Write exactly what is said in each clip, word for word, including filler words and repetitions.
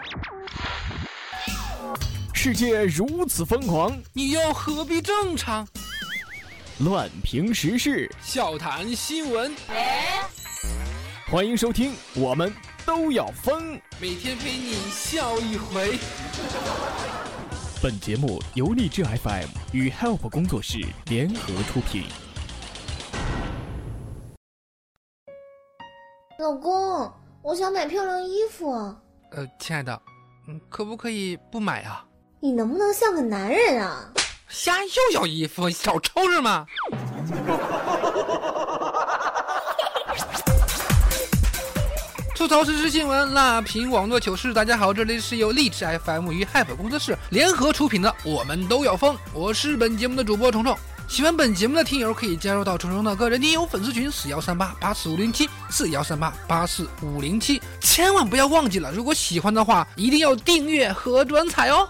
世界如此疯狂， 你又何必正常？ 乱评时事， 笑谈新闻， 欢迎收听，我们都要疯， 每天陪你笑一回。 本节目由荔枝 F M 与 Help 工作室联合出品。 老公，我想买漂亮衣服。 呃，亲爱的，嗯，可不可以不买啊？ 你能不能像个男人啊？ 瞎又要衣服，小抽是吗？吐槽时事新闻，辣评网络糗事。大家好，这里是由荔枝 F M 与 Hype 工作室联合出品的《我们都要疯》，我是本节目的主播虫虫。喜欢本节目的听友可以加入到虫虫的个人听友粉丝群四一三八八四五零七四一三八八四五零七，千万不要忘记了，如果喜欢的话，一定要订阅和转采哦。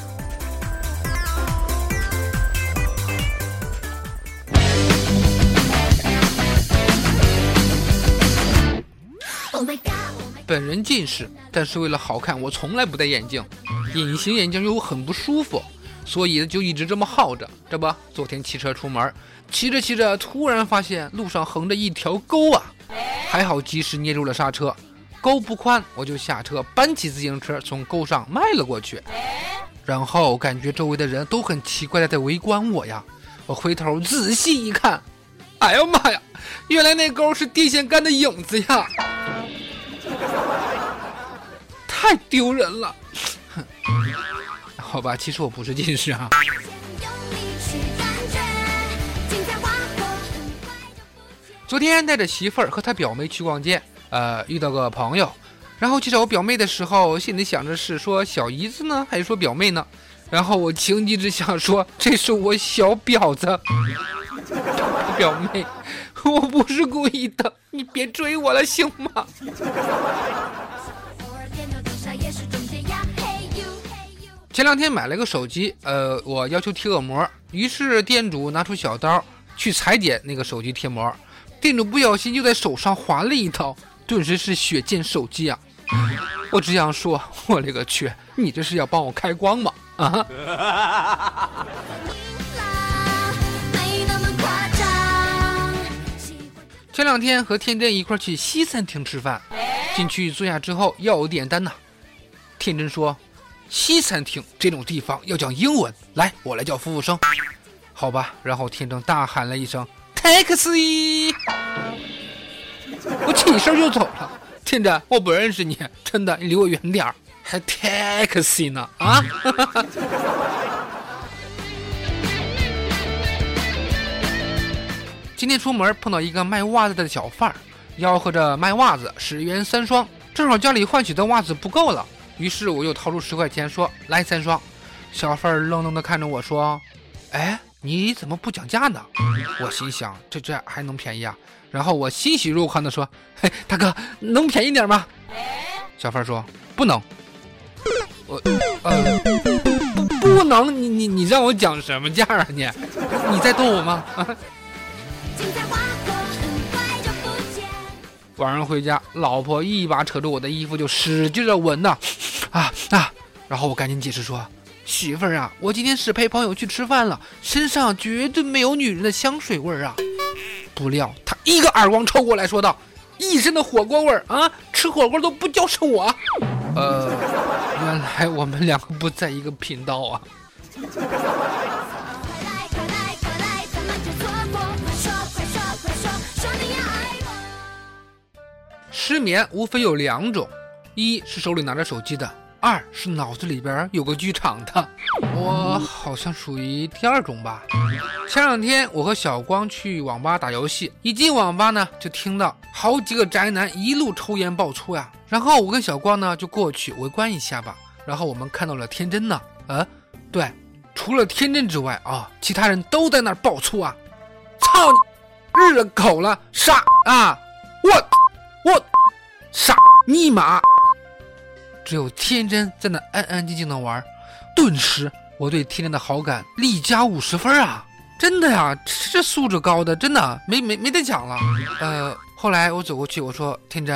本人近视，但是为了好看，我从来不戴眼镜。隐形眼镜又很不舒服，所以就一直这么耗着。这不，昨天骑车出门，骑着骑着，突然发现路上横着一条沟啊！还好及时捏住了刹车，沟不宽，我就下车搬起自行车从沟上迈了过去。然后感觉周围的人都很奇怪的在围观我呀。我回头仔细一看，哎呦妈呀，原来那沟是电线杆的影子呀！太丢人了。好吧，其实我不是近视啊。昨天带着媳妇儿和她表妹去逛街，呃，遇到个朋友，然后介绍我表妹的时候，心里想着是说小姨子呢，还是说表妹呢？然后我情急之下说，这是我小婊子。表妹，我不是故意的，你别追我了行吗？前两天买了个手机，呃，我要求贴个膜，于是店主拿出小刀去裁剪那个手机贴膜，店主不小心就在手上划了一刀，顿时是血溅手机啊！我只想说，我勒个去，你这是要帮我开光吗？啊！前两天和天真一块去西餐厅吃饭，进去坐下之后要我点单呢，天真说。西餐厅这种地方要讲英文，来，我来叫服务生。好吧，然后天真大喊了一声 taxi， 我起身就走了。天真，我不认识你，真的，你离我远点，还 taxi 呢啊！今天出门碰到一个卖袜子的小贩，吆喝着卖袜子十元三双，正好家里换洗的袜子不够了。于是我又掏出十块钱说来三双，小贩愣愣地看着我说，哎，你怎么不讲价呢？我心想这这还能便宜啊？然后我欣喜若狂地说，嘿，大哥能便宜点吗？小贩说不能。我呃不不能，你你你让我讲什么价啊你？你在逗我吗？晚上回家，老婆一把扯住我的衣服就使劲的闻呐，啊啊！然后我赶紧解释说，媳妇儿啊，我今天是陪朋友去吃饭了，身上绝对没有女人的香水味啊！不料他一个耳光抽过来说道，一身的火锅味啊，吃火锅都不叫上我。呃，原来我们两个不在一个频道啊。失眠无非有两种，一是手里拿着手机的，二是脑子里边有个剧场的。我好像属于第二种吧。前两天我和小光去网吧打游戏，一进网吧呢，就听到好几个宅男一路抽烟爆粗呀。然后我跟小光呢就过去围观一下吧。然后我们看到了天真呢，呃，对，除了天真之外啊，其他人都在那儿爆粗啊！操你，日了狗了，傻啊！我我。傻尼玛！只有天真在那安安静静的玩，顿时我对天真的好感力加五十分啊！真的呀，这素质高的真的没没没得讲了。呃，后来我走过去，我说天真，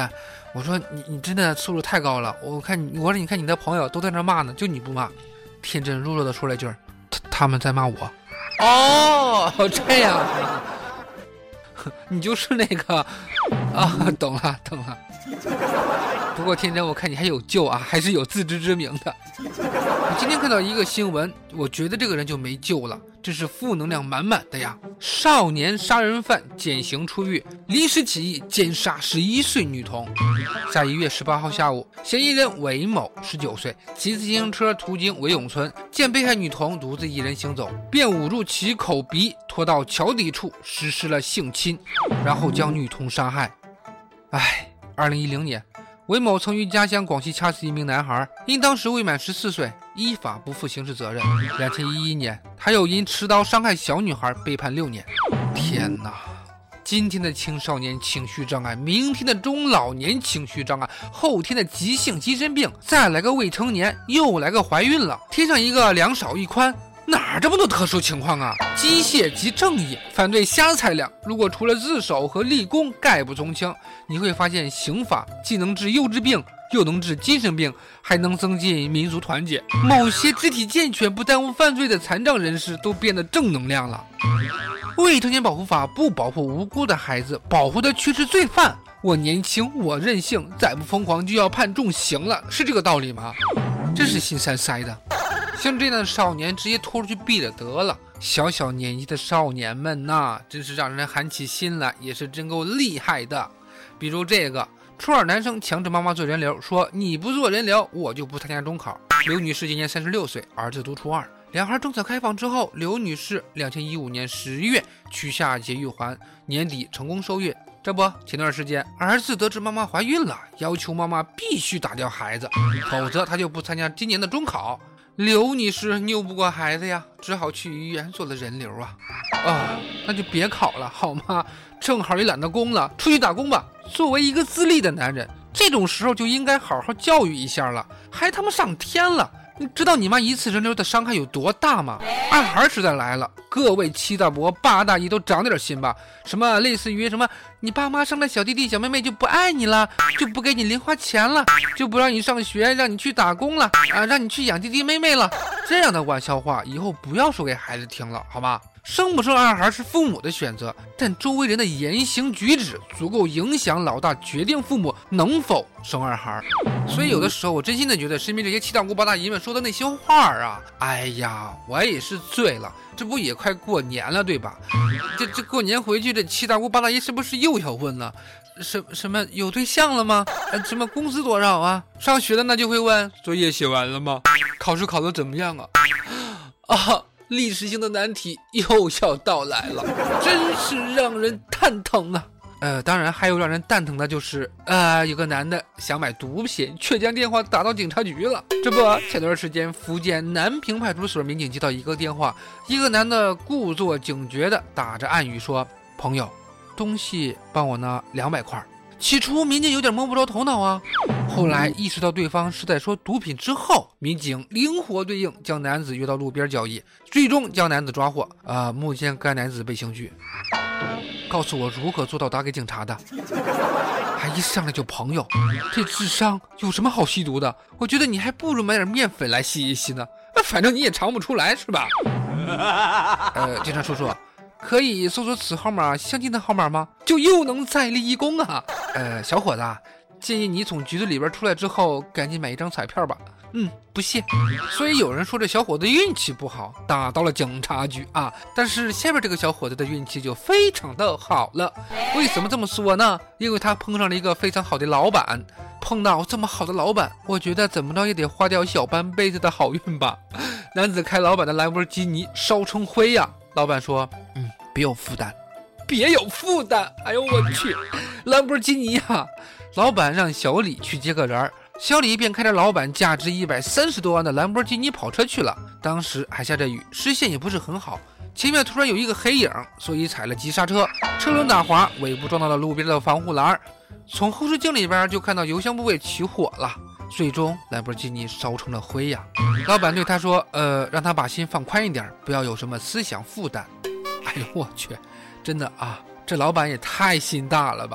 我说你你真的素质太高了，我看你我说你看你的朋友都在那骂呢，就你不骂。天真弱弱的说了一句，他他们在骂我。哦，这样，你就是那个啊，懂了懂了。不过天真，我看你还有救啊，还是有自知之明的。我今天看到一个新闻，我觉得这个人就没救了，这是负能量满满的呀。少年杀人犯减刑出狱，临时起意奸杀十一岁女童。在一月十八号下午，嫌疑人韦某十九岁，骑自行车途经韦永村，见被害女童独自一人行走，便捂住其口鼻，拖到桥底处实施了性侵，然后将女童杀害。唉，二零一零年。韦某曾于家乡广西掐死一名男孩，因当时未满十四岁，依法不负刑事责任。两千一一年，他又因持刀伤害小女孩被判六年。天哪！今天的青少年情绪障碍，明天的中老年情绪障碍，后天的急性精神病，再来个未成年，又来个怀孕了，贴上一个两少一宽。哪这么多特殊情况啊？机械及正义，反对瞎裁量。如果除了自首和立功概不从轻，你会发现刑法既能治幼稚病，又能治精神病，还能增进民族团结。某些肢体健全不耽误犯罪的残障人士都变得正能量了。未成年保护法不保护无辜的孩子，保护的却是罪犯。我年轻，我任性，再不疯狂就要判重刑了，是这个道理吗？真是心塞塞的。像这样的少年直接拖出去毙了得了。小小年纪的少年们呐，真是让人寒起心来，也是真够厉害的。比如这个初二男生强制妈妈做人流，说你不做人流我就不参加中考。刘女士今年三十六岁，儿子读初二。两孩政策开放之后，刘女士两千一五年十月取下节育环，年底成功受孕。这不，前段时间儿子得知妈妈怀孕了，要求妈妈必须打掉孩子，否则他就不参加今年的中考。刘女士拗不过孩子呀，只好去医院做了人流啊。哦，那就别考了好吗？正好也懒得工了，出去打工吧。作为一个自立的男人，这种时候就应该好好教育一下了，还他妈上天了。你知道你妈一次人流的伤害有多大吗？二孩时代来了，各位七大伯八大姨都长点心吧。什么类似于什么你爸妈生了小弟弟小妹妹就不爱你了，就不给你零花钱了，就不让你上学，让你去打工了啊，让你去养弟弟妹妹了，这样的玩笑话以后不要说给孩子听了好吗？生不生二孩是父母的选择，但周围人的言行举止足够影响老大决定父母能否生二孩。所以有的时候我真心的觉得身边这些七大姑八大姨们说的那些话啊，哎呀，我也是醉了。这不也快过年了对吧？这这过年回去，这七大姑八大姨是不是又要问了？什什么有对象了吗？呃，什么工资多少啊？上学的那就会问作业写完了吗？考试考得怎么样啊？啊！历史性的难题又要到来了，真是让人蛋疼啊！呃，当然还有让人蛋疼的就是，呃，有个男的想买毒品，却将电话打到警察局了。这不，前段时间福建南平派出所民警接到一个电话，一个男的故作警觉的打着暗语说：“朋友，东西帮我拿两百块。”起初民警有点摸不着头脑啊，后来意识到对方是在说毒品之后，民警灵活对应，将男子约到路边交易，最终将男子抓获。啊、呃，目前该男子被刑拘。告诉我如何做到打给警察的？还一上来就朋友，这智商有什么好吸毒的？我觉得你还不如买点面粉来吸一吸呢，反正你也尝不出来是吧？呃，警察叔叔。可以搜索此号码相近的号码吗？就又能再立一功啊！呃，小伙子，建议你从局子里边出来之后，赶紧买一张彩票吧。嗯，不谢。所以有人说这小伙子运气不好，打到了警察局啊。但是下面这个小伙子的运气就非常的好了。为什么这么说呢？因为他碰上了一个非常好的老板。碰到这么好的老板，我觉得怎么着也得花掉小半辈子的好运吧。男子开老板的兰博基尼烧成灰呀、啊。老板说：“嗯，别有负担，别有负担。”哎呦我去，兰博基尼啊！老板让小李去接个人，小李便开着老板价值一百三十多万的兰博基尼跑车去了。当时还下着雨，视线也不是很好，前面突然有一个黑影，所以踩了急刹车，车轮打滑，尾部撞到了路边的防护栏。从后视镜里边就看到油箱部位起火了。最终兰博基尼烧成了灰呀、啊！老板对他说：“呃，让他把心放宽一点，不要有什么思想负担。”哎呦我去，真的啊，这老板也太心大了吧！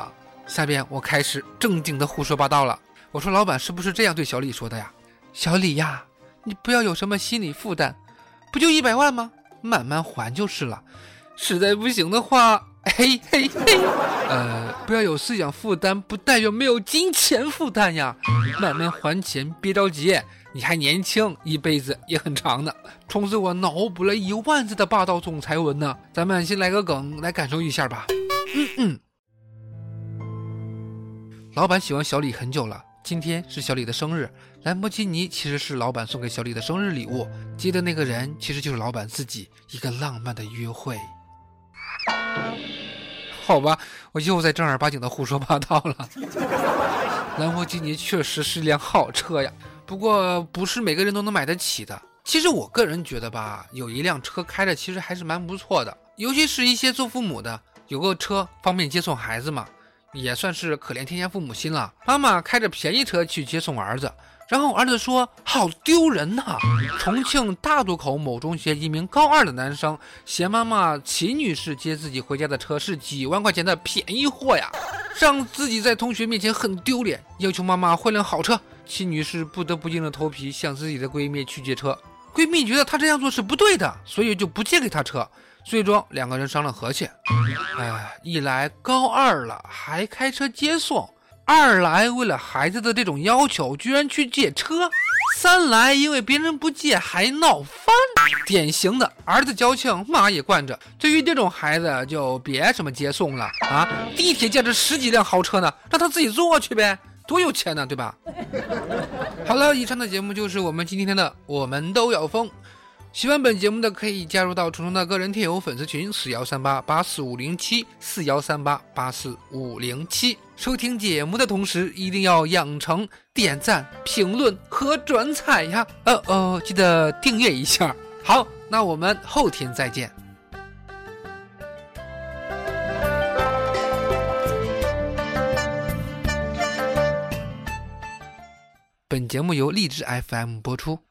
下边我开始正经的胡说八道了。我说老板是不是这样对小李说的呀？小李呀，你不要有什么心理负担，不就一百万吗？慢慢还就是了。实在不行的话，嘿嘿嘿，呃，不要有思想负担，不代表没有金钱负担呀。慢慢还钱，别着急，你还年轻，一辈子也很长的。从此我脑补了一万字的霸道总裁文呢。咱们先来个梗来感受一下吧。嗯嗯。老板喜欢小李很久了，今天是小李的生日，兰博基尼其实是老板送给小李的生日礼物，接的那个人其实就是老板自己，一个浪漫的约会。好吧，我又在正儿八经的胡说八道了。兰博基尼确实是辆好车呀，不过不是每个人都能买得起的。其实我个人觉得吧，有一辆车开着其实还是蛮不错的，尤其是一些做父母的，有个车方便接送孩子嘛，也算是可怜天下父母心了。妈妈开着便宜车去接送儿子，然后儿子说好丢人呐！重庆大渡口某中学一名高二的男生嫌妈妈秦女士接自己回家的车是几万块钱的便宜货呀，让自己在同学面前很丢脸，要求妈妈换辆好车。秦女士不得不硬着头皮向自己的闺蜜去借车，闺蜜觉得她这样做是不对的，所以就不借给她车。最终两个人商量和气，哎，一来高二了还开车接送，二来为了孩子的这种要求居然去借车，三来因为别人不借还闹翻，典型的儿子矫情妈也惯着。对于这种孩子就别什么接送了啊，地铁价值十几辆豪车呢，让他自己坐去呗，多有钱呢，对吧？好了，以上的节目就是我们今天的我们都要疯。喜欢本节目的可以加入到虫虫的个人贴友粉丝群四一三八八四五零七四一三八八四五零七。收听节目的同时一定要养成点赞、评论和转采呀！呃哦，记得订阅一下。好，那我们后天再见。本节目由荔枝 F M 播出。